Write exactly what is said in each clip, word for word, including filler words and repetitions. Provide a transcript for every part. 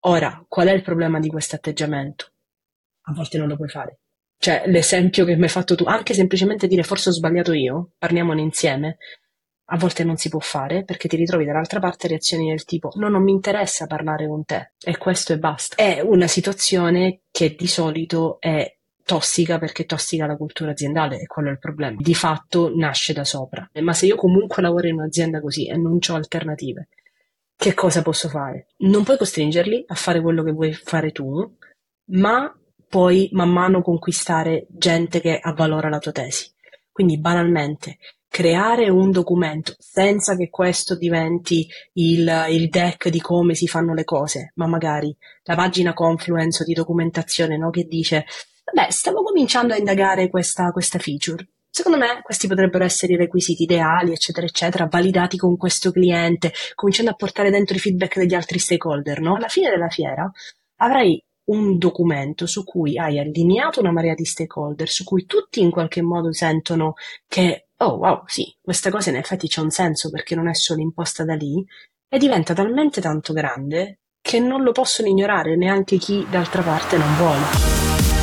Ora, qual è il problema di questo atteggiamento? A volte non lo puoi fare. Cioè, l'esempio che mi hai fatto tu, anche semplicemente dire forse ho sbagliato io, parliamone insieme, a volte non si può fare perché ti ritrovi dall'altra parte reazioni del tipo no, non mi interessa parlare con te e questo e basta. È una situazione che di solito è tossica perché è tossica la cultura aziendale e quello è il problema. Di fatto nasce da sopra. Ma se io comunque lavoro in un'azienda così e non ho alternative, che cosa posso fare? Non puoi costringerli a fare quello che vuoi fare tu, ma puoi man mano conquistare gente che avvalora la tua tesi. Quindi banalmente creare un documento senza che questo diventi il, il deck di come si fanno le cose, ma magari la pagina Confluence o di documentazione, no, che dice vabbè, stavo cominciando a indagare questa, questa feature. Secondo me questi potrebbero essere i requisiti ideali, eccetera, eccetera, validati con questo cliente, cominciando a portare dentro i feedback degli altri stakeholder, no? Alla fine della fiera avrai un documento su cui hai allineato una marea di stakeholder, su cui tutti in qualche modo sentono che, oh wow, sì, questa cosa in effetti c'ha un senso perché non è solo imposta da lì, e diventa talmente tanto grande che non lo possono ignorare neanche chi d'altra parte non vuole.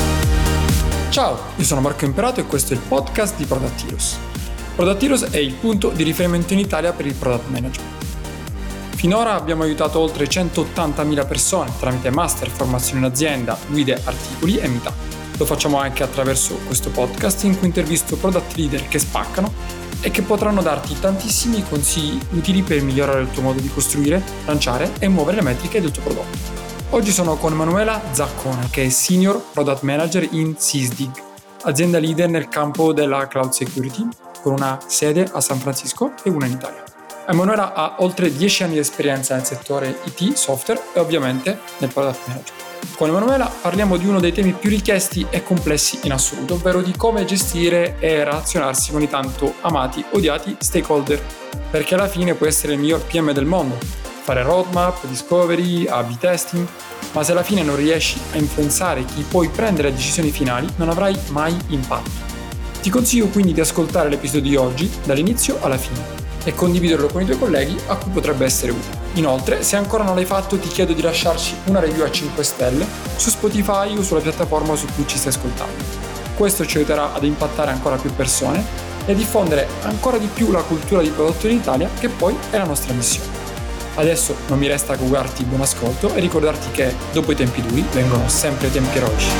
Ciao, io sono Marco Imperato e questo è il podcast di Product Heroes. Product Heroes è il punto di riferimento in Italia per il product management. Finora abbiamo aiutato oltre centottantamila persone tramite master, formazione in azienda, guide, articoli e meetup. Lo facciamo anche attraverso questo podcast in cui intervisto product leader che spaccano e che potranno darti tantissimi consigli utili per migliorare il tuo modo di costruire, lanciare e muovere le metriche del tuo prodotto. Oggi sono con Emanuela Zaccona, che è Senior Product Manager in Sysdig, azienda leader nel campo della cloud security, con una sede a San Francisco e una in Italia. Emanuela ha oltre dieci anni di esperienza nel settore I T, software e ovviamente nel product management. Con Emanuela parliamo di uno dei temi più richiesti e complessi in assoluto, ovvero di come gestire e relazionarsi con i tanto amati, odiati stakeholder, perché alla fine puoi essere il miglior P M del mondo, fare roadmap, discovery, A B testing, ma se alla fine non riesci a influenzare chi poi prende le decisioni finali, non avrai mai impatto. Ti consiglio quindi di ascoltare l'episodio di oggi dall'inizio alla fine e condividerlo con i tuoi colleghi a cui potrebbe essere utile. Inoltre, se ancora non l'hai fatto, ti chiedo di lasciarci una review a cinque stelle su Spotify o sulla piattaforma su cui ci stai ascoltando. Questo ci aiuterà ad impattare ancora più persone e a diffondere ancora di più la cultura di prodotto in Italia, che poi è la nostra missione. Adesso non mi resta che augurarti buon ascolto e ricordarti che dopo i tempi duri vengono sempre i tempi eroici.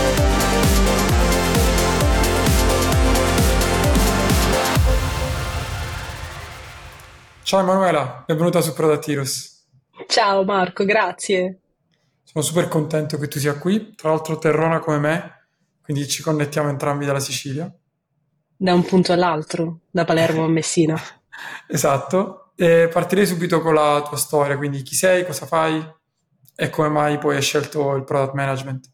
Ciao Emanuela, benvenuta su Product Heroes. Ciao Marco, grazie. Sono super contento che tu sia qui, tra l'altro terrona come me, quindi ci connettiamo entrambi dalla Sicilia. Da un punto all'altro, da Palermo a Messina. Esatto, e partirei subito con la tua storia, quindi chi sei, cosa fai e come mai poi hai scelto il product management.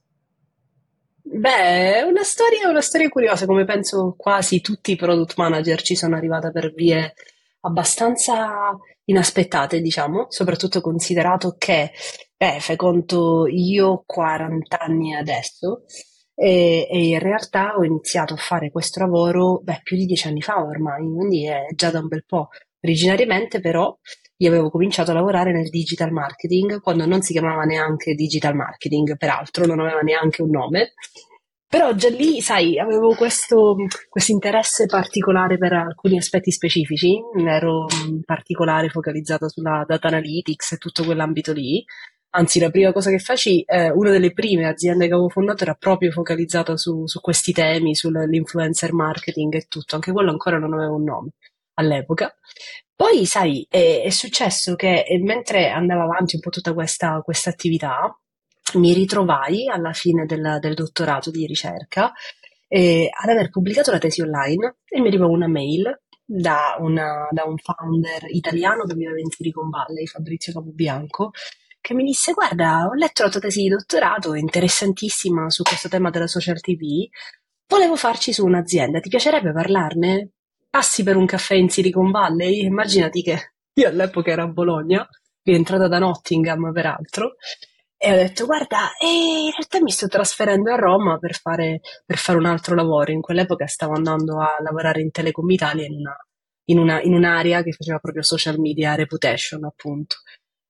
Beh, è una storia, una storia curiosa, come penso quasi tutti i product manager ci sono arrivata per vie abbastanza inaspettate, diciamo, soprattutto considerato che, beh, fai conto, io ho quaranta anni adesso e, e in realtà ho iniziato a fare questo lavoro, beh, più di dieci anni fa ormai, quindi è già da un bel po'. Originariamente però io avevo cominciato a lavorare nel digital marketing quando non si chiamava neanche digital marketing, peraltro non aveva neanche un nome. Però già lì, sai, avevo questo questo interesse particolare per alcuni aspetti specifici, ero in particolare focalizzata sulla data analytics e tutto quell'ambito lì. Anzi, la prima cosa che faci, eh, una delle prime aziende che avevo fondato era proprio focalizzata su, su questi temi, sull'influencer marketing e tutto, anche quello ancora non aveva un nome all'epoca. Poi, sai, è, è successo che eh, mentre andava avanti un po' tutta questa, questa attività, mi ritrovai alla fine del, del dottorato di ricerca eh, ad aver pubblicato la tesi online e mi arrivò una mail da, una- da un founder italiano che viveva in Silicon Valley, Fabrizio Capobianco, che mi disse: Guarda, ho letto la tua tesi di dottorato, è interessantissima su questo tema della social T V. Volevo farci su un'azienda, ti piacerebbe parlarne? Passi per un caffè in Silicon Valley? Immaginati che io all'epoca ero a Bologna, rientrata da Nottingham peraltro, e ho detto, guarda, eh, in realtà mi sto trasferendo a Roma per fare, per fare un altro lavoro. In quell'epoca stavo andando a lavorare in Telecom Italia in una- in una- in un'area che faceva proprio social media reputation, appunto.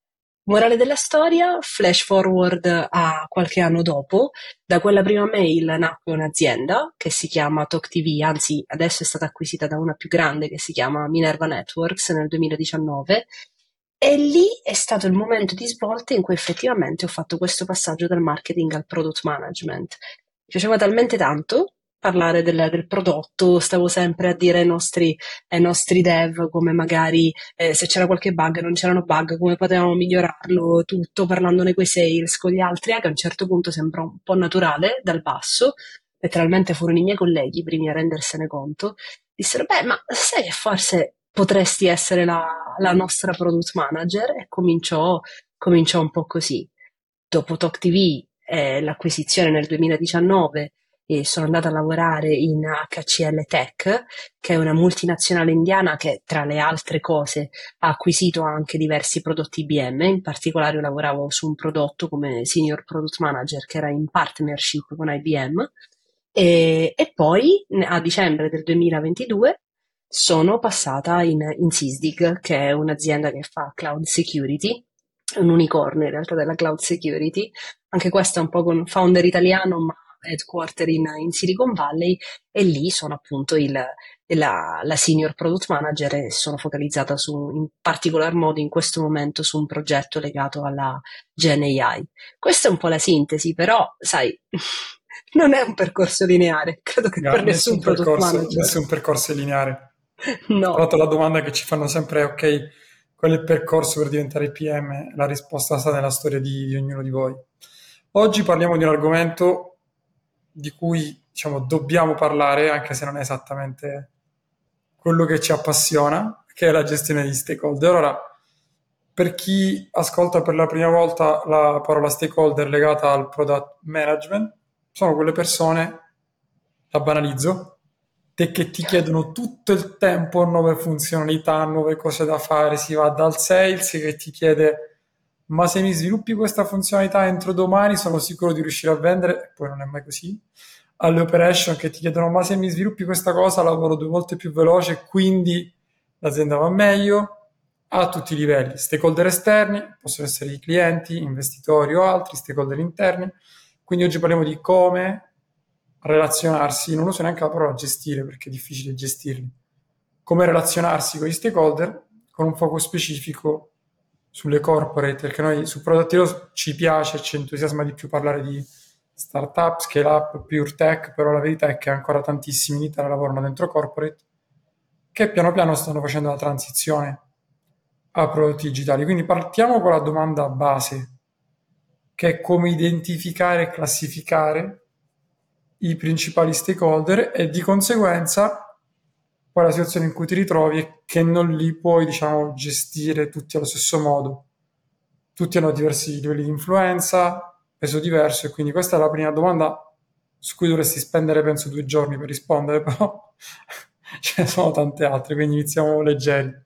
Morale della storia, flash forward a qualche anno dopo, da quella prima mail nacque un'azienda che si chiama TalkTV, anzi adesso è stata acquisita da una più grande che si chiama Minerva Networks nel duemiladiciannove, e lì è stato il momento di svolta in cui effettivamente ho fatto questo passaggio dal marketing al product management. Mi piaceva talmente tanto parlare del, del prodotto, stavo sempre a dire ai nostri, ai nostri dev come magari eh, se c'era qualche bug, non c'erano bug, come potevamo migliorarlo, tutto parlandone coi sales, con gli altri, eh, che a un certo punto sembra un po' naturale dal basso. Letteralmente furono i miei colleghi i primi a rendersene conto, dissero, beh, ma sai che forse potresti essere la, la nostra product manager? E cominciò, cominciò un po' così. Dopo TalkTV, eh, l'acquisizione nel duemiladiciannove, e sono andata a lavorare in H C L Tech, che è una multinazionale indiana che, tra le altre cose, ha acquisito anche diversi prodotti I B M. In particolare, io lavoravo su un prodotto come Senior Product Manager che era in partnership con I B M. E, e poi, a dicembre del duemilaventidue, sono passata in, in Sysdig, che è un'azienda che fa cloud security, un unicorno in realtà della cloud security. Anche questa è un po' con founder italiano, ma headquarter in, in Silicon Valley, e lì sono appunto il, la, la senior product manager e sono focalizzata su, in particolar modo in questo momento su un progetto legato alla Gen A I. Questa è un po' la sintesi, però sai, non è un percorso lineare, credo che Ga- per nessun Nessun product percorso, manager. nessun percorso è lineare. Tra No. l'altro la domanda che ci fanno sempre è: ok, qual è il percorso per diventare P M? La risposta sta nella storia di, di ognuno di voi. Oggi parliamo di un argomento di cui, diciamo, dobbiamo parlare, anche se non è esattamente quello che ci appassiona, che è la gestione degli stakeholder. Ora, per chi ascolta per la prima volta la parola stakeholder legata al product management, sono quelle persone, la banalizzo, te che ti chiedono tutto il tempo nuove funzionalità, nuove cose da fare. Si va dal sales che ti chiede: ma se mi sviluppi questa funzionalità entro domani sono sicuro di riuscire a vendere, e poi non è mai così, alle operation che ti chiedono: ma se mi sviluppi questa cosa lavoro due volte più veloce, quindi l'azienda va meglio, a tutti i livelli. Stakeholder esterni, possono essere i clienti, investitori o altri, stakeholder interni. Quindi oggi parliamo di come relazionarsi, non uso neanche la parola gestire perché è difficile gestirli, come relazionarsi con gli stakeholder con un foco specifico sulle corporate, perché noi su Product Heroes ci piace, ci entusiasma di più parlare di startup, scale up, pure tech, però la verità è che ancora tantissimi in Italia lavorano dentro corporate che piano piano stanno facendo la transizione a prodotti digitali. Quindi partiamo con la domanda base, che è come identificare e classificare i principali stakeholder, e di conseguenza poi la situazione in cui ti ritrovi è che non li puoi, diciamo, gestire tutti allo stesso modo. Tutti hanno diversi livelli di influenza, peso diverso, e quindi questa è la prima domanda su cui dovresti spendere penso due giorni per rispondere, però ce ne sono tante altre, quindi iniziamo leggeri.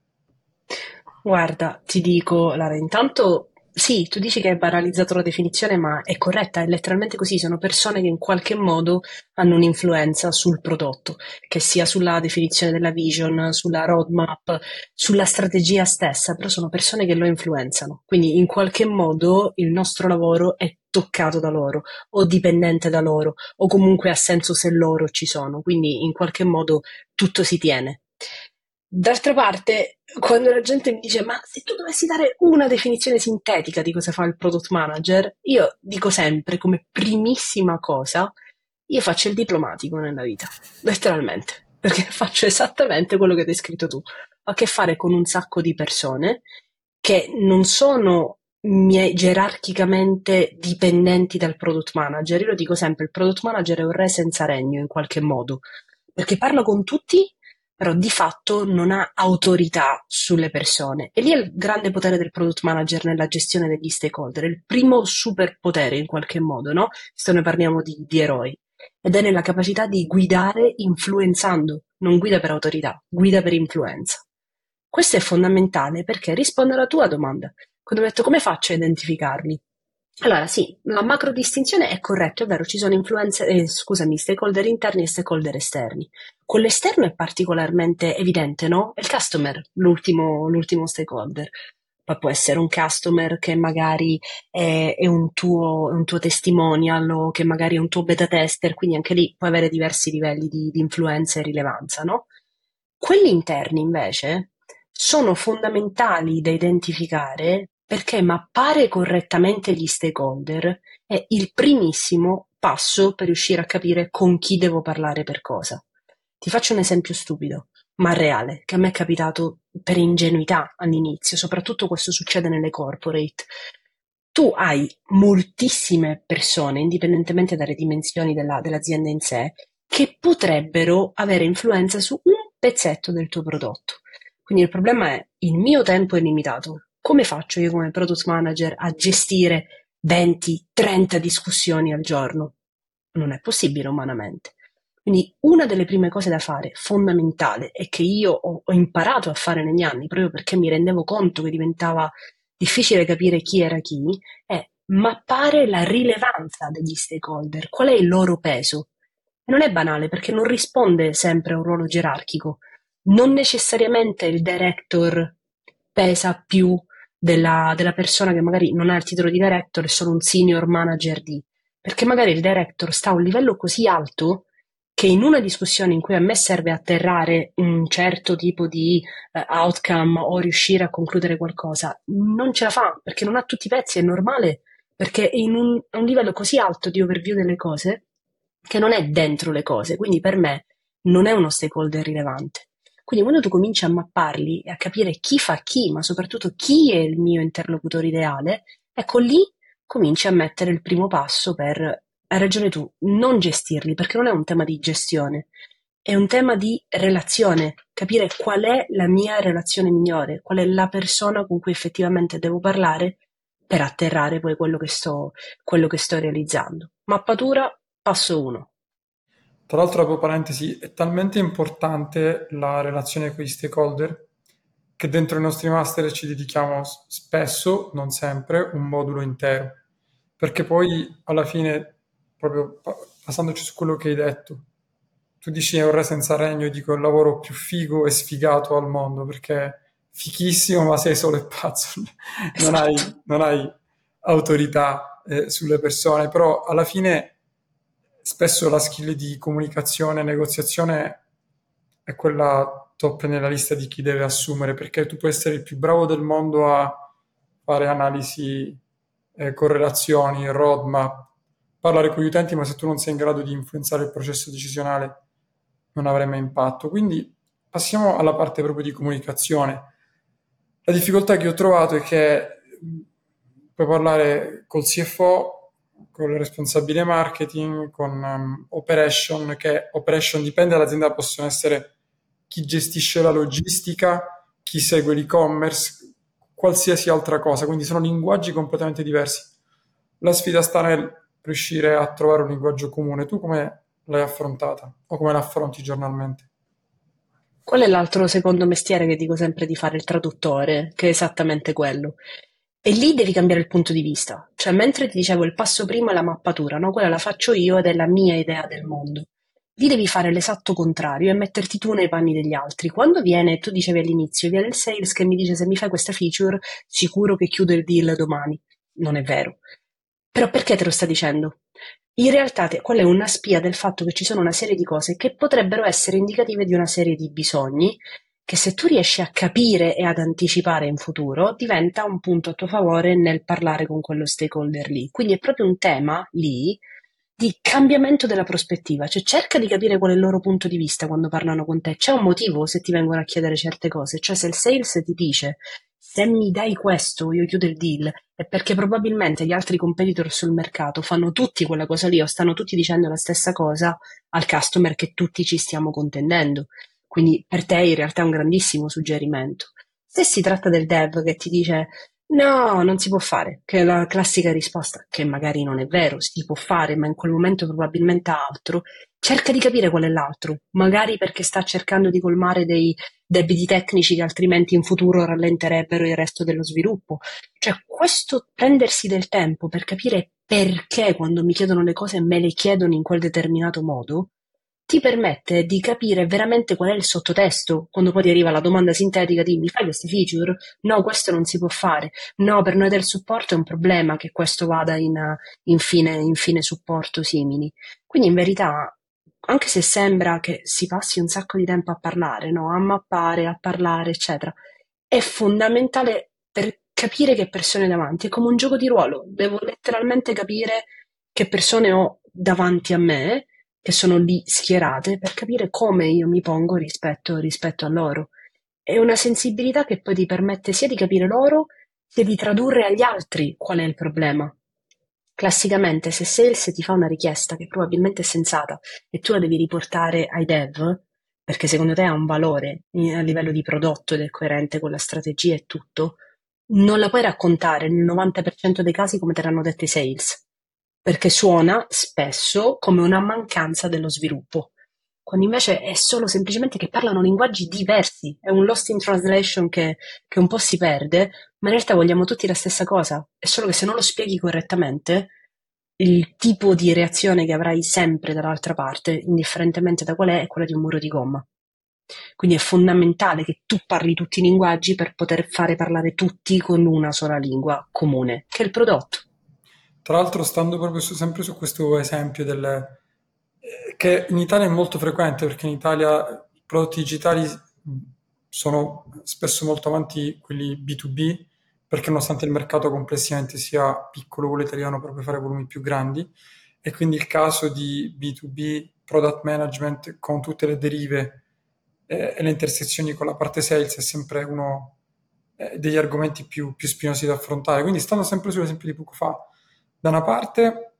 Guarda, ti dico, Lara, intanto sì, tu dici che hai banalizzato la definizione, ma è corretta, è letteralmente così, sono persone che in qualche modo hanno un'influenza sul prodotto, che sia sulla definizione della vision, sulla roadmap, sulla strategia stessa, però sono persone che lo influenzano, quindi in qualche modo il nostro lavoro è toccato da loro, o dipendente da loro, o comunque ha senso se loro ci sono, quindi in qualche modo tutto si tiene. D'altra parte, quando la gente mi dice: ma se tu dovessi dare una definizione sintetica di cosa fa il product manager, io dico sempre, come primissima cosa, io faccio il diplomatico nella vita, letteralmente, perché faccio esattamente quello che hai descritto tu. Ho a che fare con un sacco di persone che non sono miei- gerarchicamente dipendenti dal product manager. Io lo dico sempre, il product manager è un re senza regno in qualche modo, perché parlo con tutti, però di fatto non ha autorità sulle persone. E lì è il grande potere del product manager nella gestione degli stakeholder, è il primo superpotere in qualche modo, no? Se ne parliamo di, di eroi. Ed è nella capacità di guidare influenzando, non guida per autorità, guida per influenza. Questo è fondamentale perché risponde alla tua domanda. Quando ho detto come faccio a identificarli? Allora, sì, la macro distinzione è corretta, è vero, ci sono influenze, eh, scusami, stakeholder interni e stakeholder esterni. Con l'esterno è particolarmente evidente, no? È il customer, l'ultimo, l'ultimo stakeholder. poi può essere un customer che magari è, è un tuo, è un tuo testimonial o che magari è un tuo beta tester, quindi anche lì puoi avere diversi livelli di, di influenza e rilevanza, no? Quelli interni invece sono fondamentali da identificare perché mappare correttamente gli stakeholder è il primissimo passo per riuscire a capire con chi devo parlare per cosa. Ti faccio un esempio stupido, ma reale, che a me è capitato per ingenuità all'inizio, soprattutto questo succede nelle corporate. Tu hai moltissime persone, indipendentemente dalle dimensioni della- dell'azienda in sé, che potrebbero avere influenza su un pezzetto del tuo prodotto. Quindi il problema è: il mio tempo è limitato. Come faccio io come product manager a gestire venti trenta discussioni al giorno? Non è possibile umanamente. Quindi una delle prime cose da fare, fondamentale, e che io ho, ho imparato a fare negli anni, proprio perché mi rendevo conto che diventava difficile capire chi era chi, è mappare la rilevanza degli stakeholder, qual è il loro peso. E non è banale perché non risponde sempre a un ruolo gerarchico. Non necessariamente il director pesa più della, della persona che magari non ha il titolo di director, è solo un senior manager di, perché magari il director sta a un livello così alto che in una discussione in cui a me serve atterrare un certo tipo di eh, outcome o riuscire a concludere qualcosa, non ce la fa perché non ha tutti i pezzi, è normale, perché è in un, a un livello così alto di overview delle cose che non è dentro le cose, quindi per me non è uno stakeholder rilevante. Quindi quando tu cominci a mapparli e a capire chi fa chi, ma soprattutto chi è il mio interlocutore ideale, ecco lì cominci a mettere il primo passo per, hai ragione tu, non gestirli, perché non è un tema di gestione, è un tema di relazione, capire qual è la mia relazione migliore, qual è la persona con cui effettivamente devo parlare per atterrare poi quello che sto, quello che sto realizzando. Mappatura, passo uno. Tra l'altro, apro parentesi, è talmente importante la relazione con gli stakeholder che dentro i nostri master ci dedichiamo s- spesso, non sempre, un modulo intero. Perché poi alla fine, proprio pa- basandoci su quello che hai detto, tu dici è un re senza regno, io dico è il lavoro più figo e sfigato al mondo, perché è fichissimo, ma sei solo e pazzo, non Esatto. hai, non hai autorità eh, sulle persone, però alla fine spesso la skill di comunicazione e negoziazione è quella top nella lista di chi deve assumere, perché tu puoi essere il più bravo del mondo a fare analisi, eh, correlazioni, roadmap, parlare con gli utenti, ma se tu non sei in grado di influenzare il processo decisionale non avrai mai impatto. Quindi passiamo alla parte proprio di comunicazione. La difficoltà che ho trovato è che mh, puoi parlare col C F O, con il responsabile marketing, con um, operation, che operation dipende dall'azienda, possono essere chi gestisce la logistica, chi segue l'e-commerce, qualsiasi altra cosa, quindi sono linguaggi completamente diversi. La sfida sta nel riuscire a trovare un linguaggio comune. Tu come l'hai affrontata o come la affronti giornalmente? Qual è l'altro secondo mestiere che dico sempre di fare? Il traduttore, che è esattamente quello. E lì devi cambiare il punto di vista. Cioè, mentre ti dicevo il passo primo è la mappatura, no? Quella la faccio io ed è la mia idea del mondo. Lì devi fare l'esatto contrario e metterti tu nei panni degli altri. Quando viene, tu dicevi all'inizio, viene il sales che mi dice se mi fai questa feature, sicuro che chiudo il deal domani. Non è vero. Però perché te lo sta dicendo? In realtà te- quella è una spia del fatto che ci sono una serie di cose che potrebbero essere indicative di una serie di bisogni che se tu riesci a capire e ad anticipare in futuro, diventa un punto a tuo favore nel parlare con quello stakeholder lì. Quindi è proprio un tema lì di cambiamento della prospettiva, cioè cerca di capire qual è il loro punto di vista quando parlano con te. C'è un motivo se ti vengono a chiedere certe cose, cioè se il sales ti dice se mi dai questo io chiudo il deal, è perché probabilmente gli altri competitor sul mercato fanno tutti quella cosa lì o stanno tutti dicendo la stessa cosa al customer che tutti ci stiamo contendendo. Quindi per te in realtà è un grandissimo suggerimento. Se si tratta del dev che ti dice no, non si può fare, che è la classica risposta, che magari non è vero, si può fare, ma in quel momento probabilmente ha altro, cerca di capire qual è l'altro, magari perché sta cercando di colmare dei debiti tecnici che altrimenti in futuro rallenterebbero il resto dello sviluppo. Cioè, questo prendersi del tempo per capire perché quando mi chiedono le cose me le chiedono in quel determinato modo, ti permette di capire veramente qual è il sottotesto quando poi ti arriva la domanda sintetica di mi fai queste feature? No, questo non si può fare. No, per noi del supporto è un problema che questo vada in, in fine, in fine supporto simili. Quindi in verità, anche se sembra che si passi un sacco di tempo a parlare, no? A mappare, a parlare, eccetera, è fondamentale per capire che persone hai davanti. È come un gioco di ruolo. Devo letteralmente capire che persone ho davanti a me, che sono lì schierate, per capire come io mi pongo rispetto, rispetto a loro. È una sensibilità che poi ti permette sia di capire loro, sia di tradurre agli altri qual è il problema. Classicamente, se Sales ti fa una richiesta che probabilmente è sensata e tu la devi riportare ai dev, perché secondo te ha un valore eh, a livello di prodotto ed è coerente con la strategia e tutto, non la puoi raccontare nel novanta per cento dei casi come te l'hanno detto i sales, perché suona spesso come una mancanza dello sviluppo, quando invece è solo semplicemente che parlano linguaggi diversi, è un lost in translation che, che un po' si perde, ma in realtà vogliamo tutti la stessa cosa, è solo che se non lo spieghi correttamente, il tipo di reazione che avrai sempre dall'altra parte, indifferentemente da qual è, è quella di un muro di gomma. Quindi è fondamentale che tu parli tutti i linguaggi per poter fare parlare tutti con una sola lingua comune, che è il prodotto. Tra l'altro, stando proprio su- sempre su questo esempio del, eh, che in Italia è molto frequente, perché in Italia i prodotti digitali sono spesso molto avanti quelli B due B, perché nonostante il mercato complessivamente sia piccolo, quello italiano proprio fare volumi più grandi, e quindi il caso di B due B, product management con tutte le derive eh, e le intersezioni con la parte sales è sempre uno eh, degli argomenti più, più spinosi da affrontare. Quindi stando sempre sull'esempio di poco fa, da una parte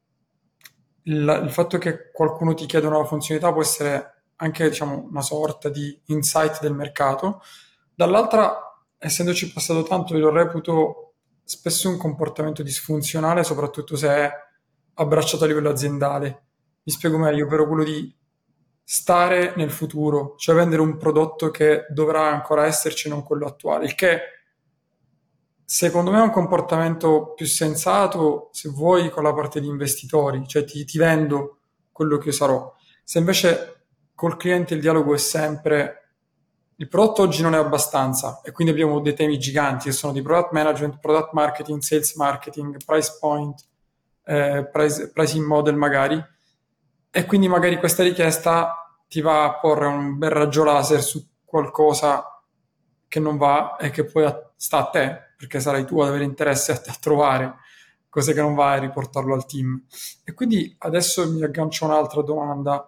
il, il fatto che qualcuno ti chieda una nuova funzionalità può essere anche, diciamo, una sorta di insight del mercato, dall'altra, essendoci passato tanto, io lo reputo spesso un comportamento disfunzionale, soprattutto se è abbracciato a livello aziendale. Mi spiego meglio, ovvero quello di stare nel futuro, cioè vendere un prodotto che dovrà ancora esserci, non quello attuale, il che secondo me è un comportamento più sensato se vuoi con la parte di investitori, cioè ti, ti vendo quello che io sarò. Se invece col cliente il dialogo è sempre il prodotto oggi non è abbastanza e quindi abbiamo dei temi giganti che sono di product management, product marketing, sales marketing, price point, eh, price- pricing model magari, e quindi magari questa richiesta ti va a porre un bel raggio laser su qualcosa che non va e che poi a- sta a te, perché sarai tu ad avere interesse a, a trovare cose che non va e riportarlo al team. E quindi adesso mi aggancio a un'altra domanda.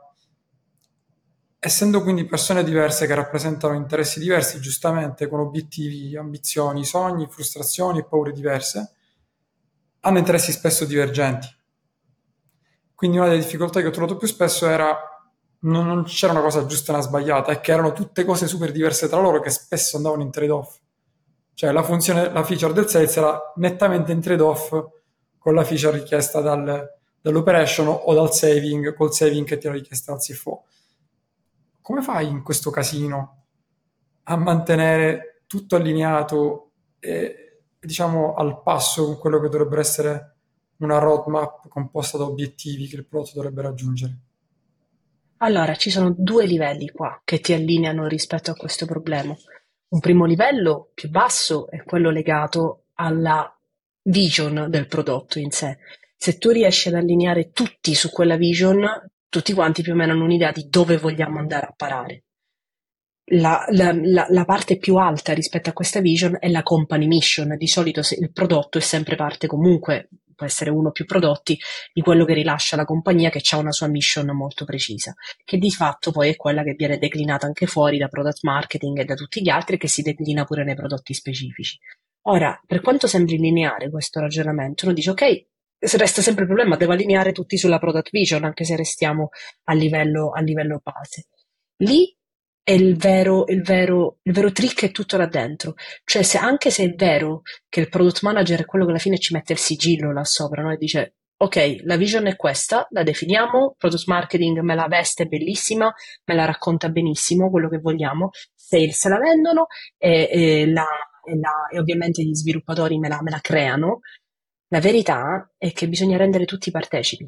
Essendo quindi persone diverse che rappresentano interessi diversi, giustamente con obiettivi, ambizioni, sogni, frustrazioni e paure diverse, hanno interessi spesso divergenti. Quindi una delle difficoltà che ho trovato più spesso era non, non c'era una cosa giusta e una sbagliata, è che erano tutte cose super diverse tra loro che spesso andavano in trade-off. Cioè la funzione, la feature del sales era nettamente in trade-off con la feature richiesta dal, dall'operation o dal saving, col saving che ti era richiesta dal C F O. Come fai in questo casino a mantenere tutto allineato e, diciamo, al passo con quello che dovrebbe essere una roadmap composta da obiettivi che il prodotto dovrebbe raggiungere? Allora, ci sono due livelli qua che ti allineano rispetto a questo problema. Un primo livello più basso è quello legato alla vision del prodotto in sé. Se tu riesci ad allineare tutti su quella vision, tutti quanti più o meno hanno un'idea di dove vogliamo andare a parare. La, la- la- la parte più alta rispetto a questa vision è la company mission. Di solito se il prodotto è sempre parte comunque, può essere uno o più prodotti, di quello che rilascia la compagnia che ha una sua mission molto precisa, che di fatto poi è quella che viene declinata anche fuori da product marketing e da tutti gli altri, che si declina pure nei prodotti specifici. Ora, per quanto sembri lineare questo ragionamento, uno dice ok, se resta sempre il problema, devo allineare tutti sulla product vision, anche se restiamo a livello, a livello base. Lì è il vero, il vero, il vero trick è tutto là dentro. Cioè, se, anche se è vero che il product manager è quello che alla fine ci mette il sigillo là sopra, no? E dice, ok, la vision è questa, la definiamo, product marketing me la veste bellissima, me la racconta benissimo, quello che vogliamo, sales la vendono e, e la- e la- e ovviamente gli sviluppatori me la, me la creano. La verità è che bisogna rendere tutti partecipi.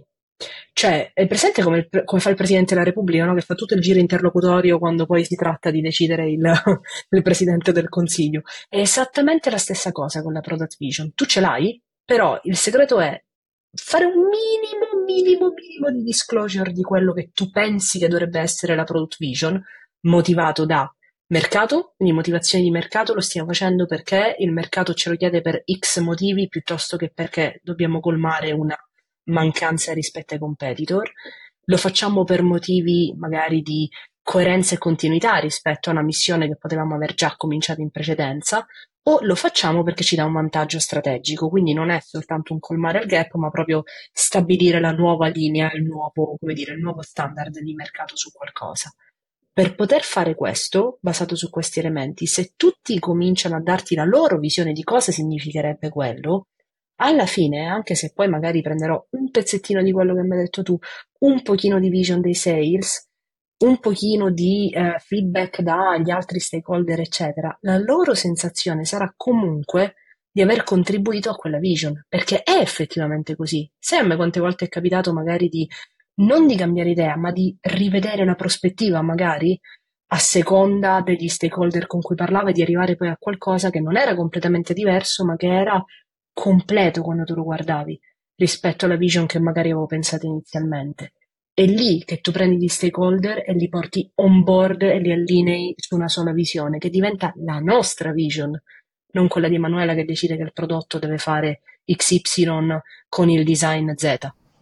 Cioè, è presente come, il pre- come fa il Presidente della Repubblica, no? Che fa tutto il giro interlocutorio quando poi si tratta di decidere il, il Presidente del Consiglio. È esattamente la stessa cosa con la Product Vision. Tu ce l'hai, però il segreto è fare un minimo, minimo, minimo di disclosure di quello che tu pensi che dovrebbe essere la Product Vision, motivato da mercato, quindi motivazioni di mercato, lo stiamo facendo perché il mercato ce lo chiede per X motivi piuttosto che perché dobbiamo colmare una mancanza rispetto ai competitor. Lo facciamo per motivi magari di coerenza e continuità rispetto a una missione che potevamo aver già cominciato in precedenza, o lo facciamo perché ci dà un vantaggio strategico, quindi non è soltanto un colmare il gap, ma proprio stabilire la nuova linea, il nuovo, come dire, il nuovo standard di mercato su qualcosa. Per poter fare questo, basato su questi elementi, se tutti cominciano a darti la loro visione di cosa significherebbe quello, alla fine, anche se poi magari prenderò un pezzettino di quello che mi hai detto tu, un pochino di vision dei sales, un pochino di eh, feedback dagli altri stakeholder, eccetera, la loro sensazione sarà comunque di aver contribuito a quella vision, perché è effettivamente così. Sai a me quante volte è capitato magari di non di cambiare idea, ma di rivedere una prospettiva, magari a seconda degli stakeholder con cui parlava, e di arrivare poi a qualcosa che non era completamente diverso, ma che era completo quando tu lo guardavi rispetto alla vision che magari avevo pensato inizialmente. È lì che tu prendi gli stakeholder e li porti on board e li allinei su una sola visione, che diventa la nostra vision, non quella di Emanuela che decide che il prodotto deve fare X Y con il design Z.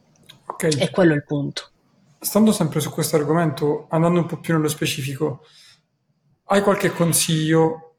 Ok, E quello è il punto. stando sempre su questo argomento, andando un po' più nello specifico, hai qualche consiglio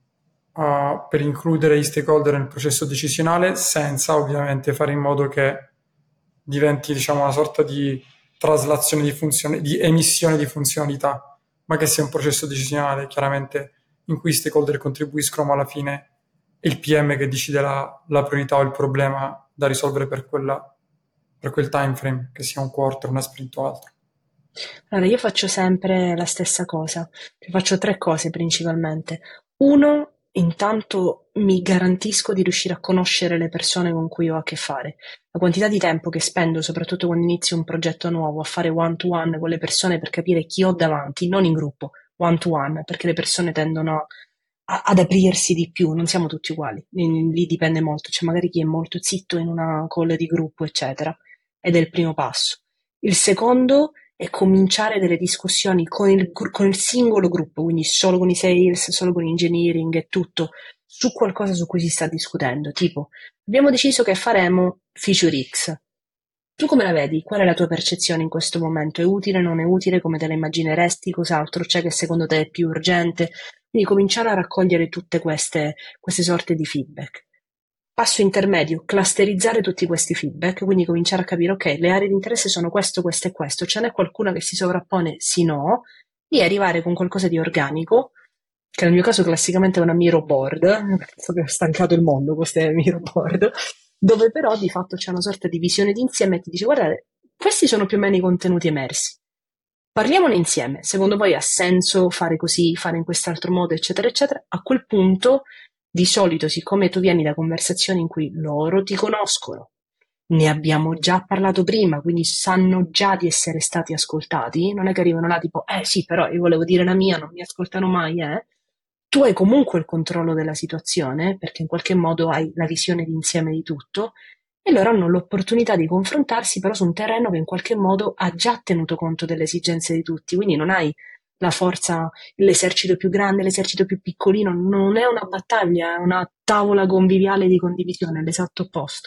uh, per includere gli stakeholder nel processo decisionale senza ovviamente fare in modo che diventi, diciamo, una sorta di traslazione di funzione, di emissione di funzionalità, ma che sia un processo decisionale chiaramente in cui i stakeholder contribuiscono, ma alla fine è il P M che decide la, la priorità o il problema da risolvere per, quella, per quel time frame, che sia un quarter, una sprint o altro. Allora, io faccio sempre la stessa cosa, cioè faccio tre cose principalmente. Uno, intanto mi garantisco di riuscire a conoscere le persone con cui ho a che fare. La quantità di tempo che spendo, soprattutto quando inizio un progetto nuovo, a fare one to one con le persone per capire chi ho davanti, non in gruppo, one to one, perché le persone tendono a- ad aprirsi di più, non siamo tutti uguali, lì lì dipende molto, c'è magari chi è molto zitto in una call di gruppo, eccetera, ed è il primo passo. Il secondo e cominciare delle discussioni con il, gru- con il singolo gruppo, quindi solo con i sales, solo con engineering e tutto, su qualcosa su cui si sta discutendo. Tipo, abbiamo deciso che faremo feature X. Tu come la vedi? Qual è la tua percezione in questo momento? È utile, non è utile? Come te la immagineresti? Cos'altro c'è che secondo te è più urgente? Quindi cominciare a raccogliere tutte queste, queste sorte di feedback. Passo intermedio, clusterizzare tutti questi feedback, quindi cominciare a capire, ok, le aree di interesse sono questo, questo e questo, ce n'è qualcuna che si sovrappone? Sì, no, e arrivare con qualcosa di organico, che nel mio caso classicamente è una Miro board, penso che ho stancato il mondo con queste Miro board, dove però di fatto c'è una sorta di visione d'insieme e ti dice, guardate, questi sono più o meno i contenuti emersi. Parliamone insieme, secondo voi ha senso fare così, fare in quest'altro modo, eccetera, eccetera. A quel punto, di solito, siccome tu vieni da conversazioni in cui loro ti conoscono, ne abbiamo già parlato prima, quindi sanno già di essere stati ascoltati, non è che arrivano là tipo, eh sì, però io volevo dire la mia, non mi ascoltano mai, eh. Tu hai comunque il controllo della situazione, perché in qualche modo hai la visione d'insieme di tutto, e loro hanno l'opportunità di confrontarsi però su un terreno che in qualche modo ha già tenuto conto delle esigenze di tutti, quindi non hai la forza, l'esercito più grande, l'esercito più piccolino, non è una battaglia, è una tavola conviviale di condivisione, è l'esatto opposto.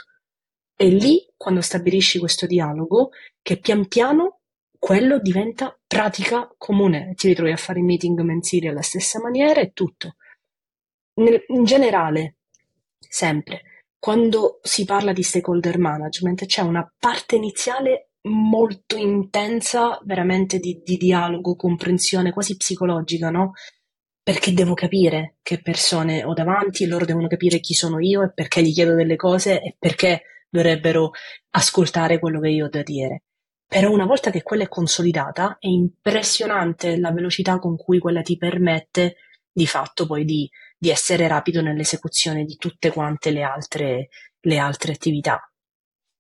E lì, quando stabilisci questo dialogo, che pian piano quello diventa pratica comune, ti ritrovi a fare i meeting mensili alla stessa maniera e tutto. Nel- in generale, sempre, quando si parla di stakeholder management, c'è una parte iniziale molto intensa, veramente di, di dialogo, comprensione, quasi psicologica, no? Perché devo capire che persone ho davanti e loro devono capire chi sono io e perché gli chiedo delle cose e perché dovrebbero ascoltare quello che io ho da dire. Però una volta che quella è consolidata, è impressionante la velocità con cui quella ti permette di fatto poi di, di essere rapido nell'esecuzione di tutte quante le altre, le altre attività.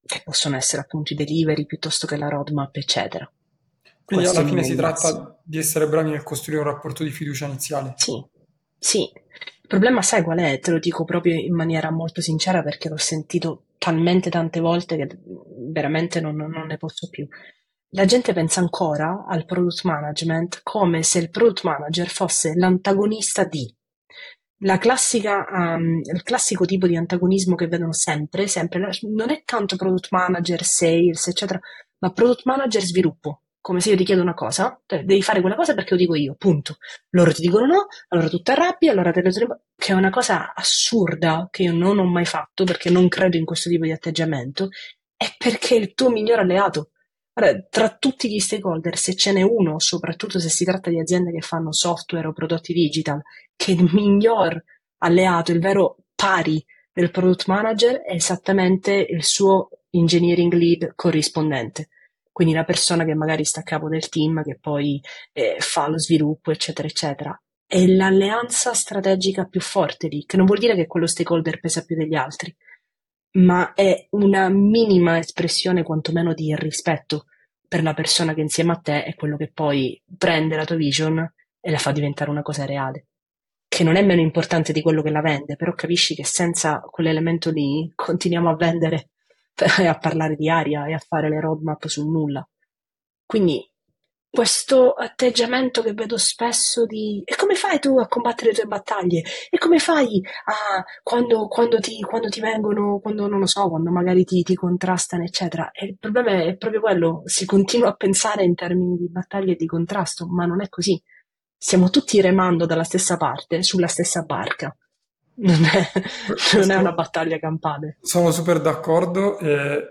che possono essere appunto i delivery piuttosto che la roadmap, eccetera. Quindi Questo alla in fine linea si di massima. tratta di essere bravi nel costruire un rapporto di fiducia iniziale. Sì, sì. Il problema, sai qual è? Te lo dico proprio in maniera molto sincera perché l'ho sentito talmente tante volte che veramente non, non ne posso più. La gente pensa ancora al product management come se il product manager fosse l'antagonista di la classica, um, il classico tipo di antagonismo che vedono sempre, sempre, non è tanto product manager, sales, eccetera, ma product manager sviluppo. Come se io ti chiedo una cosa, te- devi fare quella cosa perché lo dico io, punto. Loro ti dicono no, allora tu ti arrabbi, allora te lo trovi- che è una cosa assurda che io non ho mai fatto perché non credo in questo tipo di atteggiamento, è perché è il tuo miglior alleato. Guarda, tra tutti gli stakeholder, se ce n'è uno, soprattutto se si tratta di aziende che fanno software o prodotti digital, che il miglior alleato, il vero pari del product manager è esattamente il suo engineering lead corrispondente. Quindi la persona che magari sta a capo del team, che poi eh, fa lo sviluppo, eccetera, eccetera. È l'alleanza strategica più forte lì, che non vuol dire che quello stakeholder pesa più degli altri, ma è una minima espressione quantomeno di rispetto per la persona che insieme a te è quello che poi prende la tua vision e la fa diventare una cosa reale, che non è meno importante di quello che la vende, però capisci che senza quell'elemento lì continuiamo a vendere e a parlare di aria e a fare le roadmap sul nulla. Quindi questo atteggiamento che vedo spesso di e come fai tu a combattere le tue battaglie? E come fai a quando, quando ti, quando ti vengono, quando non lo so, quando magari ti, ti contrastano, eccetera. E il problema è proprio quello, si continua a pensare in termini di battaglie e di contrasto, ma non è così. Stiamo tutti remando dalla stessa parte, sulla stessa barca. Non è, non è una Questo battaglia campale. sono super d'accordo, eh,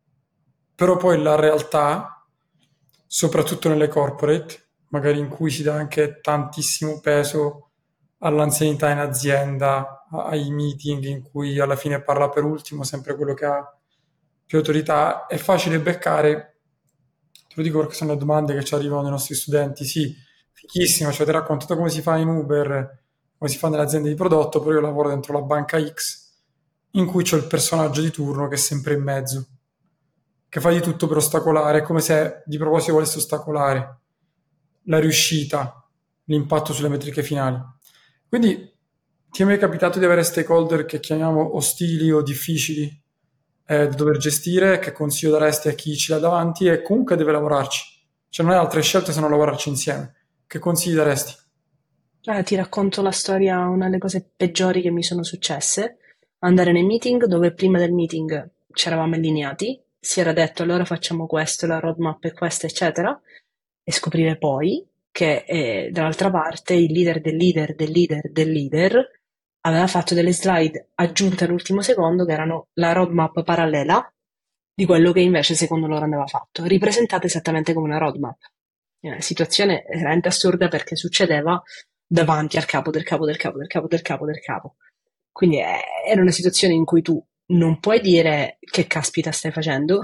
però poi la realtà, soprattutto nelle corporate, magari in cui si dà anche tantissimo peso all'anzianità in azienda, a- ai meeting in cui alla fine parla per ultimo sempre quello che ha più autorità, è facile beccare, te lo dico perché sono le domande che ci arrivano dai nostri studenti, sì, fichissimo, cioè ti ho raccontato come si fa in Uber, come si fa nelle aziende di prodotto, però io lavoro dentro la banca X, in cui c'è il personaggio di turno che è sempre in mezzo, che fa di tutto per ostacolare, è come se di proposito volesse ostacolare la riuscita, l'impatto sulle metriche finali. Quindi ti è mai capitato di avere stakeholder che chiamiamo ostili o difficili eh, da dover gestire? Che consiglio daresti a chi ce l'ha davanti e comunque deve lavorarci? Cioè non hai altre scelte se non lavorarci insieme. Che consigli daresti? Eh, ti racconto la storia, una delle cose peggiori che mi sono successe. Andare nei meeting dove prima del meeting ci eravamo allineati, si era detto allora facciamo questo, la roadmap è questa, eccetera, e scoprire poi che eh, dall'altra parte il leader del leader del leader del leader aveva fatto delle slide aggiunte all'ultimo secondo che erano la roadmap parallela di quello che invece secondo loro andava fatto, ripresentate esattamente come una roadmap. È una situazione veramente assurda perché succedeva davanti al capo del capo del capo del capo del capo del capo. Quindi eh, era una situazione in cui tu non puoi dire che caspita stai facendo,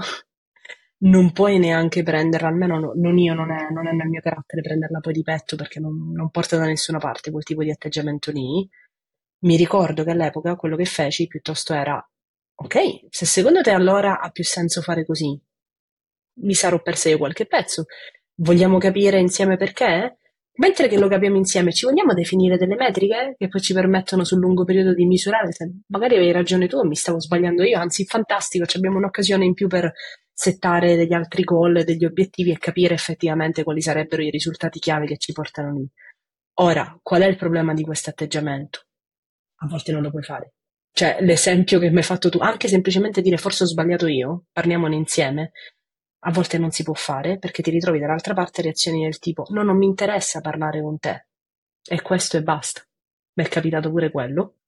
non puoi neanche prenderla, almeno no- non io, non è, non è nel mio carattere prenderla poi di petto perché non, non porta da nessuna parte quel tipo di atteggiamento lì. Mi ricordo che all'epoca quello che feci piuttosto era, ok, se secondo te allora ha più senso fare così, mi sarò persa io qualche pezzo. Vogliamo capire insieme perché? Mentre che lo capiamo insieme, ci vogliamo definire delle metriche che poi ci permettono sul lungo periodo di misurare se magari avevi ragione tu, mi stavo sbagliando io, anzi fantastico, ci abbiamo un'occasione in più per settare degli altri goal, degli obiettivi e capire effettivamente quali sarebbero i risultati chiave che ci portano lì. Ora, qual è il problema di questo atteggiamento? A volte non lo puoi fare. Cioè, l'esempio che mi hai fatto tu, anche semplicemente dire forse ho sbagliato io, parliamone insieme, a volte non si può fare perché ti ritrovi dall'altra parte reazioni del tipo no, non mi interessa parlare con te. E questo e basta. Mi è capitato pure quello.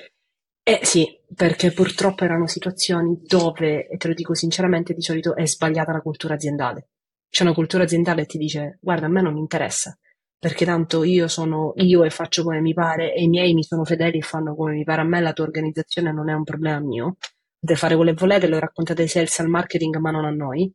Eh sì, perché purtroppo erano situazioni dove, e te lo dico sinceramente, di solito è sbagliata la cultura aziendale. C'è una cultura aziendale che ti dice guarda, a me non mi interessa, perché tanto io sono io e faccio come mi pare e i miei mi sono fedeli e fanno come mi pare a me, la tua organizzazione non è un problema mio. Potete fare quello che volete, lo raccontate ai sales al marketing, ma non a noi.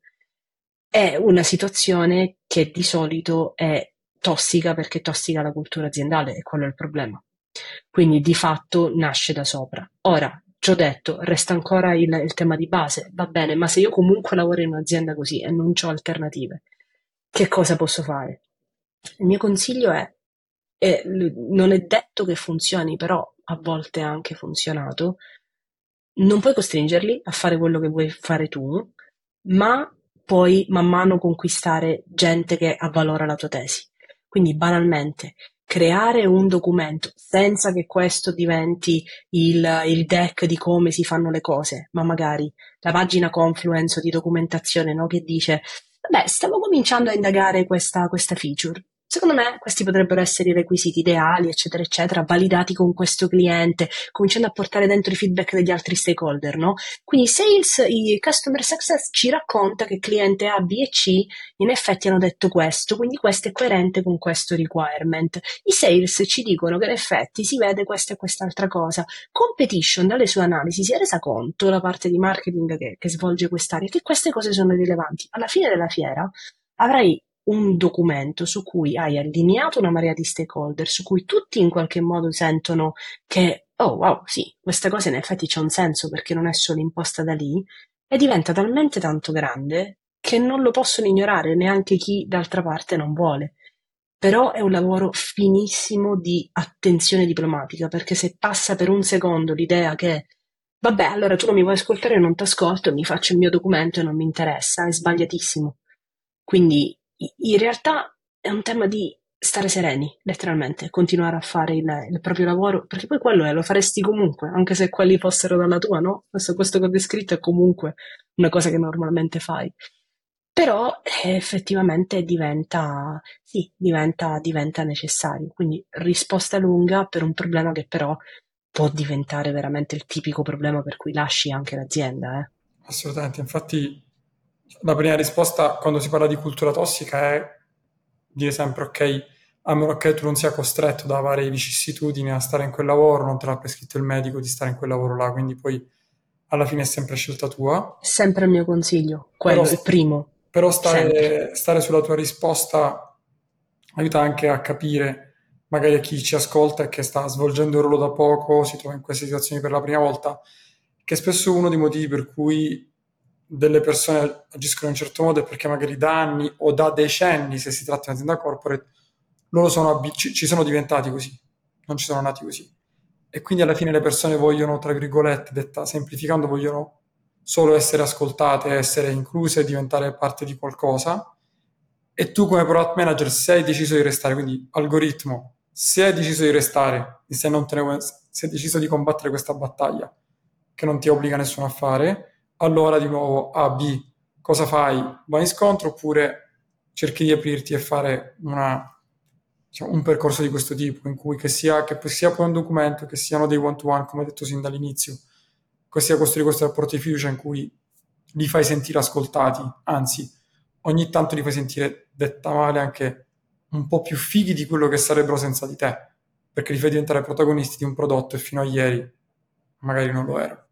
È una situazione che di solito è tossica perché è tossica la cultura aziendale e quello è il problema. Quindi di fatto nasce da sopra. Ora, ci ho detto, resta ancora il, il tema di base, va bene, ma se io comunque lavoro in un'azienda così e non ho alternative, che cosa posso fare? Il mio consiglio è, e l- non è detto che funzioni, però a volte ha anche funzionato, non puoi costringerli a fare quello che vuoi fare tu, ma puoi man mano conquistare gente che avvalora la tua tesi. Quindi banalmente creare un documento senza che questo diventi il, il deck di come si fanno le cose, ma magari la pagina Confluence o di documentazione, no, che dice, vabbè, stavo cominciando a indagare questa, questa feature. Secondo me questi potrebbero essere i requisiti ideali, eccetera, eccetera, validati con questo cliente, cominciando a portare dentro i feedback degli altri stakeholder, no? Quindi sales, i customer success ci racconta che cliente A, B e C in effetti hanno detto questo, quindi questo è coerente con questo requirement. I sales ci dicono che in effetti si vede questa e quest'altra cosa. Competition, dalle sue analisi, si è resa conto, la parte di marketing che, che svolge quest'area, che queste cose sono rilevanti. Alla fine della fiera avrai un documento su cui hai allineato una marea di stakeholder, su cui tutti in qualche modo sentono che, oh wow, sì, questa cosa in effetti c'è un senso perché non è solo imposta da lì, e diventa talmente tanto grande che non lo possono ignorare neanche chi d'altra parte non vuole. Però è un lavoro finissimo di attenzione diplomatica, perché se passa per un secondo l'idea che, vabbè, allora tu non mi vuoi ascoltare, non ti ascolto, mi faccio il mio documento e non mi interessa, è sbagliatissimo. Quindi i- in realtà è un tema di stare sereni, letteralmente, continuare a fare il, il proprio lavoro, perché poi quello è, lo faresti comunque, anche se quelli fossero dalla tua, no? Questo, questo che ho descritto è comunque una cosa che normalmente fai. Però eh, effettivamente diventa, sì, diventa, diventa necessario. Quindi risposta lunga per un problema che però può diventare veramente il tipico problema per cui lasci anche l'azienda, eh. Assolutamente, infatti la prima risposta quando si parla di cultura tossica è dire sempre ok, a meno che tu non sia costretto da varie vicissitudini a stare in quel lavoro, non te l'ha prescritto il medico di stare in quel lavoro là, quindi poi alla fine è sempre scelta tua. Sempre il mio consiglio, Però, quello, il primo, però sempre. stare, stare sulla tua risposta aiuta anche a capire, magari a chi ci ascolta e che sta svolgendo il ruolo da poco, si trova in queste situazioni per la prima volta, che spesso uno dei motivi per cui delle persone agiscono in un certo modo è perché magari da anni o da decenni, se si tratta di un'azienda corporate, loro sono abi- ci, ci sono diventati così, non ci sono nati così. E quindi alla fine le persone vogliono, tra virgolette, detta semplificando, vogliono solo essere ascoltate, essere incluse, diventare parte di qualcosa. E tu come product manager, se hai deciso di restare, quindi algoritmo, se hai deciso di restare, e se non te ne vuoi- se hai deciso di combattere questa battaglia, che non ti obbliga nessuno a fare, allora di nuovo A, B, cosa fai? Vai in scontro oppure cerchi di aprirti e fare una, diciamo, un percorso di questo tipo, in cui che sia, che sia poi un documento, che siano dei one-to-one, come detto sin dall'inizio, che sia costruire questo rapporto di fiducia in cui li fai sentire ascoltati, anzi, ogni tanto li fai sentire, detta male, anche un po' più fighi di quello che sarebbero senza di te, perché li fai diventare protagonisti di un prodotto e fino a ieri magari non lo erano.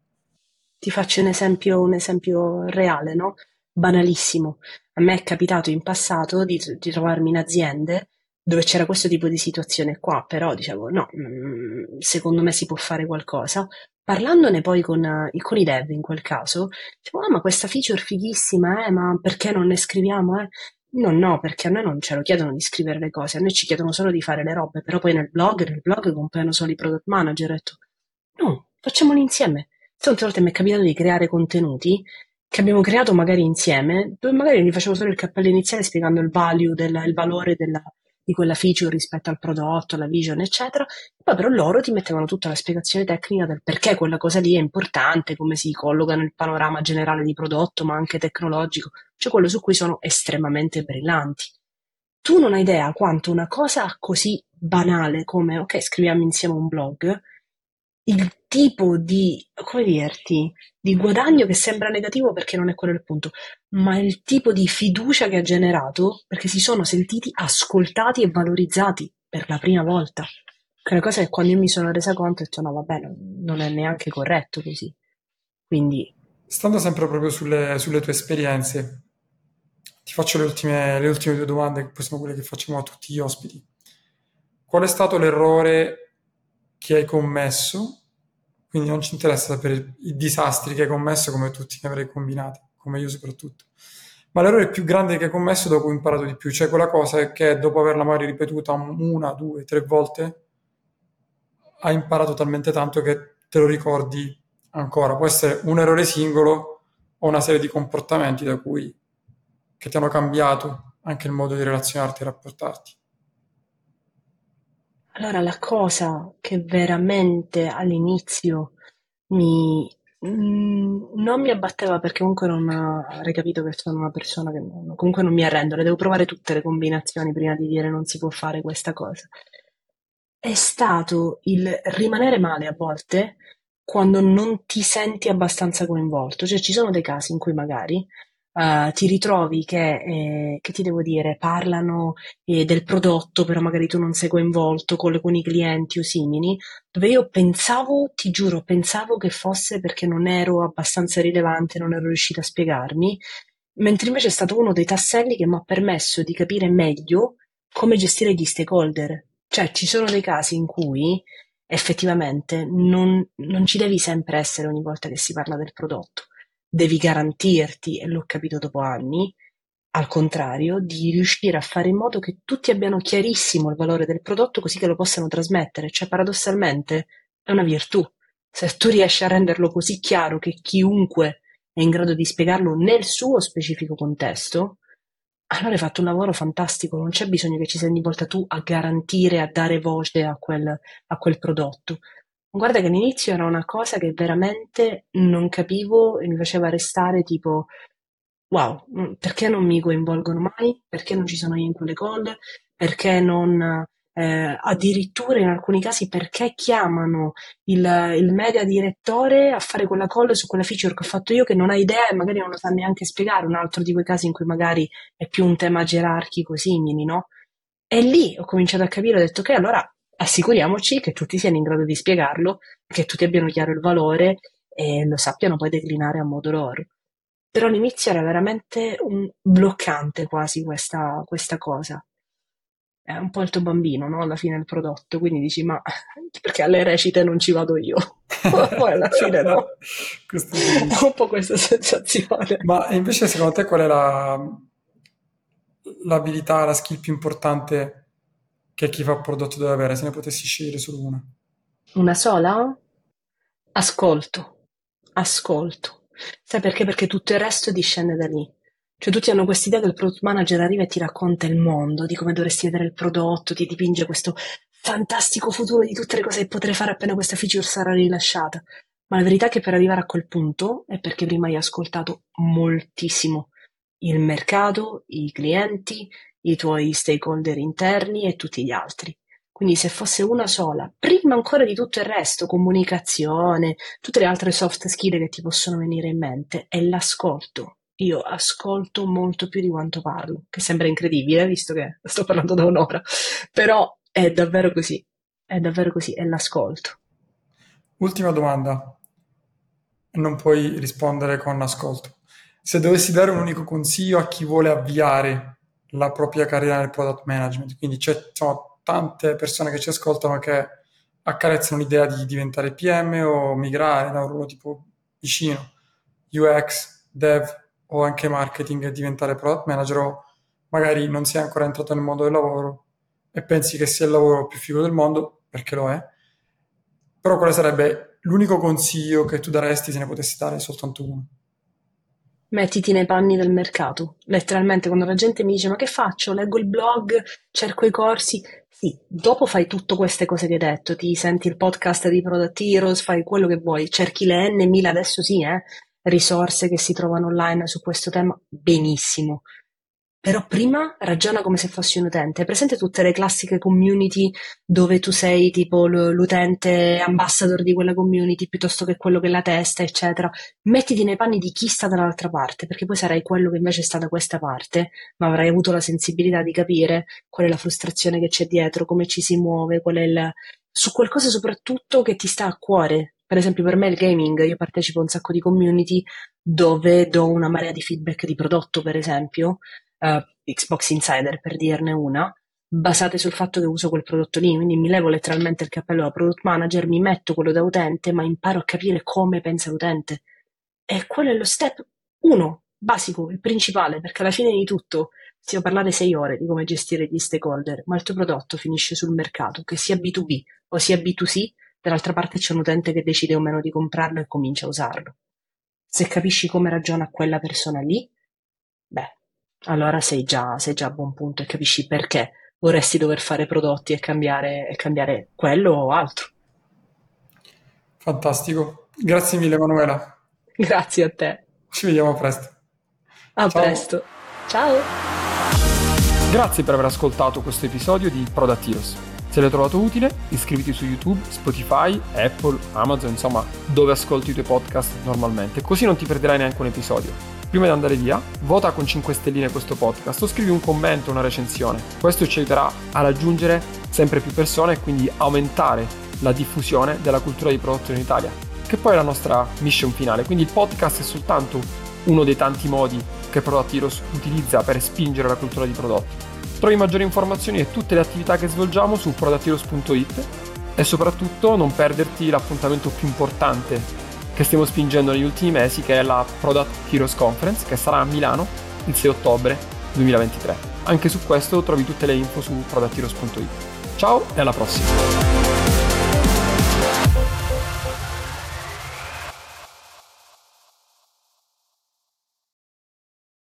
Ti faccio un esempio, un esempio reale, no? Banalissimo. A me è capitato in passato di, di trovarmi in aziende dove c'era questo tipo di situazione qua, però dicevo, no, mm, secondo me si può fare qualcosa. Parlandone poi con, eh, con i dev in quel caso, dicevo, ah, ma questa feature fighissima, eh, ma perché non ne scriviamo, eh? No, no, perché a noi non ce lo chiedono di scrivere le cose, a noi ci chiedono solo di fare le robe, però poi nel blog, nel blog compaiono solo i product manager. Ho detto, no, facciamolo insieme. Tante volte mi è capitato di creare contenuti che abbiamo creato magari insieme, dove magari gli facevo solo il cappello iniziale spiegando il value, del, il valore della- di quella feature rispetto al prodotto, alla vision, eccetera. Poi però loro ti mettevano tutta la spiegazione tecnica del perché quella cosa lì è importante, come si colloca nel panorama generale di prodotto, ma anche tecnologico, cioè quello su cui sono estremamente brillanti. Tu non hai idea quanto una cosa così banale come, ok, scriviamo insieme un blog, il tipo di, come dirti, di guadagno che sembra negativo perché non è quello il punto, ma il tipo di fiducia che ha generato perché si sono sentiti ascoltati e valorizzati per la prima volta. Che è una cosa che quando io mi sono resa conto ho detto no, vabbè, non non è neanche corretto così. Quindi Stando sempre proprio sulle, sulle tue esperienze, ti faccio le ultime, le ultime due domande, che poi sono quelle che facciamo a tutti gli ospiti. Qual è stato l'errore che hai commesso quindi non ci interessa sapere i disastri che hai commesso come tutti ne avrei combinati, come io soprattutto. Ma l'errore più grande che hai commesso dopo ho imparato di più, cioè quella cosa che dopo averla magari ripetuta una, due, tre volte hai imparato talmente tanto che te lo ricordi ancora. Può essere un errore singolo o una serie di comportamenti da cui che ti hanno cambiato anche il modo di relazionarti e rapportarti. Allora, la cosa che veramente all'inizio mi, mm, non mi abbatteva perché comunque non avrei capito che sono una persona che non- comunque non mi arrendo, le devo provare tutte le combinazioni prima di dire non si può fare questa cosa. È stato il rimanere male a volte quando non ti senti abbastanza coinvolto, cioè ci sono dei casi in cui magari eh, ti ritrovi che, eh, che ti devo dire, parlano eh, del prodotto, però magari tu non sei coinvolto con, con i clienti o simili, dove io pensavo, ti giuro, pensavo che fosse perché non ero abbastanza rilevante, non ero riuscita a spiegarmi, mentre invece è stato uno dei tasselli che mi ha permesso di capire meglio come gestire gli stakeholder. Cioè, ci sono dei casi in cui effettivamente non, non ci devi sempre essere ogni volta che si parla del prodotto. Devi garantirti, e l'ho capito dopo anni, al contrario, di riuscire a fare in modo che tutti abbiano chiarissimo il valore del prodotto così che lo possano trasmettere. Cioè, paradossalmente, è una virtù. Se tu riesci a renderlo così chiaro che chiunque è in grado di spiegarlo nel suo specifico contesto, allora hai fatto un lavoro fantastico, non c'è bisogno che ci sei ogni volta tu a garantire, a dare voce a quel, a quel prodotto. Guarda che all'inizio era una cosa che veramente non capivo e mi faceva restare tipo, wow, mm, perché non mi coinvolgono mai? Perché non ci sono io in quelle call? Perché non, eh, addirittura in alcuni casi, perché chiamano il, il media direttore a fare quella call su quella feature che ho fatto io che non ha idea e magari non lo sa neanche spiegare, un altro di quei casi in cui magari è più un tema gerarchico simili, no? E lì ho cominciato a capire, ho detto ok, allora assicuriamoci che tutti siano in grado di spiegarlo, che tutti abbiano chiaro il valore e lo sappiano poi declinare a modo loro. Però all'inizio era veramente un bloccante quasi questa, questa cosa. È un po' il tuo bambino, no? Alla fine del prodotto, quindi dici, ma perché alle recite non ci vado io? Poi alla fine no. Questo è È bellissimo. un po' questa sensazione. Ma invece secondo te qual è la, l'abilità, la skill più importante che chi fa prodotto deve avere, se ne potessi scegliere solo una? Una sola? Ascolto, ascolto. Sai perché? Perché tutto il resto discende da lì. Cioè tutti hanno quest'idea che il product manager arriva e ti racconta il mondo, di come dovresti vedere il prodotto, ti dipinge questo fantastico futuro di tutte le cose che potrei fare appena questa feature sarà rilasciata. Ma la verità è che per arrivare a quel punto è perché prima hai ascoltato moltissimo il mercato, i clienti, i tuoi stakeholder interni e tutti gli altri. Quindi se fosse una sola, prima ancora di tutto il resto, comunicazione, tutte le altre soft skill che ti possono venire in mente, è l'ascolto. Io ascolto molto più di quanto parlo, che sembra incredibile, visto che sto parlando da un'ora, però è davvero così, è davvero così, è l'ascolto. Ultima domanda, non puoi rispondere con ascolto. Se dovessi dare un unico consiglio a chi vuole avviare la propria carriera nel product management, quindi c'è, sono tante persone che ci ascoltano che accarezzano l'idea di diventare P M o migrare da un ruolo tipo vicino, U X, Dev o anche marketing e diventare product manager o magari non sei ancora entrato nel mondo del lavoro e pensi che sia il lavoro più figo del mondo, perché lo è, però quale sarebbe l'unico consiglio che tu daresti se ne potessi dare soltanto uno? Mettiti nei panni del mercato. Letteralmente, quando la gente mi dice: Ma che faccio? Leggo il blog, cerco i corsi. Sì, dopo fai tutte queste cose che hai detto, ti senti il podcast di Product Heroes, fai quello che vuoi, cerchi le N mila, adesso sì, eh, risorse che si trovano online su questo tema, benissimo. Però prima ragiona come se fossi un utente. Hai presente tutte le classiche community dove tu sei tipo l- l'utente ambassador di quella community piuttosto che quello che la testa, eccetera? Mettiti nei panni di chi sta dall'altra parte, perché poi sarai quello che invece sta da questa parte, ma avrai avuto la sensibilità di capire qual è la frustrazione che c'è dietro, come ci si muove, qual è il... su qualcosa soprattutto che ti sta a cuore. Per esempio, per me il gaming, io partecipo a un sacco di community dove do una marea di feedback di prodotto, per esempio, eh, Xbox Insider per dirne una, basate sul fatto che uso quel prodotto lì, quindi mi levo letteralmente il cappello da product manager, mi metto quello da utente, ma imparo a capire come pensa l'utente. E quello è lo step uno, basico, il principale, perché alla fine di tutto stiamo a parlare sei ore di come gestire gli stakeholder, ma il tuo prodotto finisce sul mercato, che sia B due B o sia B due C, dall'altra parte c'è un utente che decide o meno di comprarlo e comincia a usarlo. Se capisci come ragiona quella persona lì, beh, allora sei già, sei già a buon punto e capisci perché vorresti dover fare prodotti e cambiare, e cambiare quello o altro. Fantastico. Grazie mille, Manuela. Grazie a te. Ci vediamo presto. A Ciao. presto. Ciao. Grazie per aver ascoltato questo episodio di Product Heroes. Se l'hai trovato utile, iscriviti su YouTube, Spotify, Apple, Amazon, insomma, dove ascolti i tuoi podcast normalmente, così non ti perderai neanche un episodio. Prima di andare via, vota con cinque stelline questo podcast o scrivi un commento, una recensione. Questo ci aiuterà a raggiungere sempre più persone e quindi aumentare la diffusione della cultura di prodotto in Italia, che poi è la nostra mission finale. Quindi il podcast è soltanto uno dei tanti modi che Product Heroes utilizza per spingere la cultura di prodotti. Trovi maggiori informazioni e tutte le attività che svolgiamo su product heroes punto it e soprattutto non perderti l'appuntamento più importante che stiamo spingendo negli ultimi mesi, che è la Product Heroes Conference, che sarà a Milano il sei ottobre duemilaventitré. Anche su questo trovi tutte le info su product heroes punto it. Ciao e alla prossima!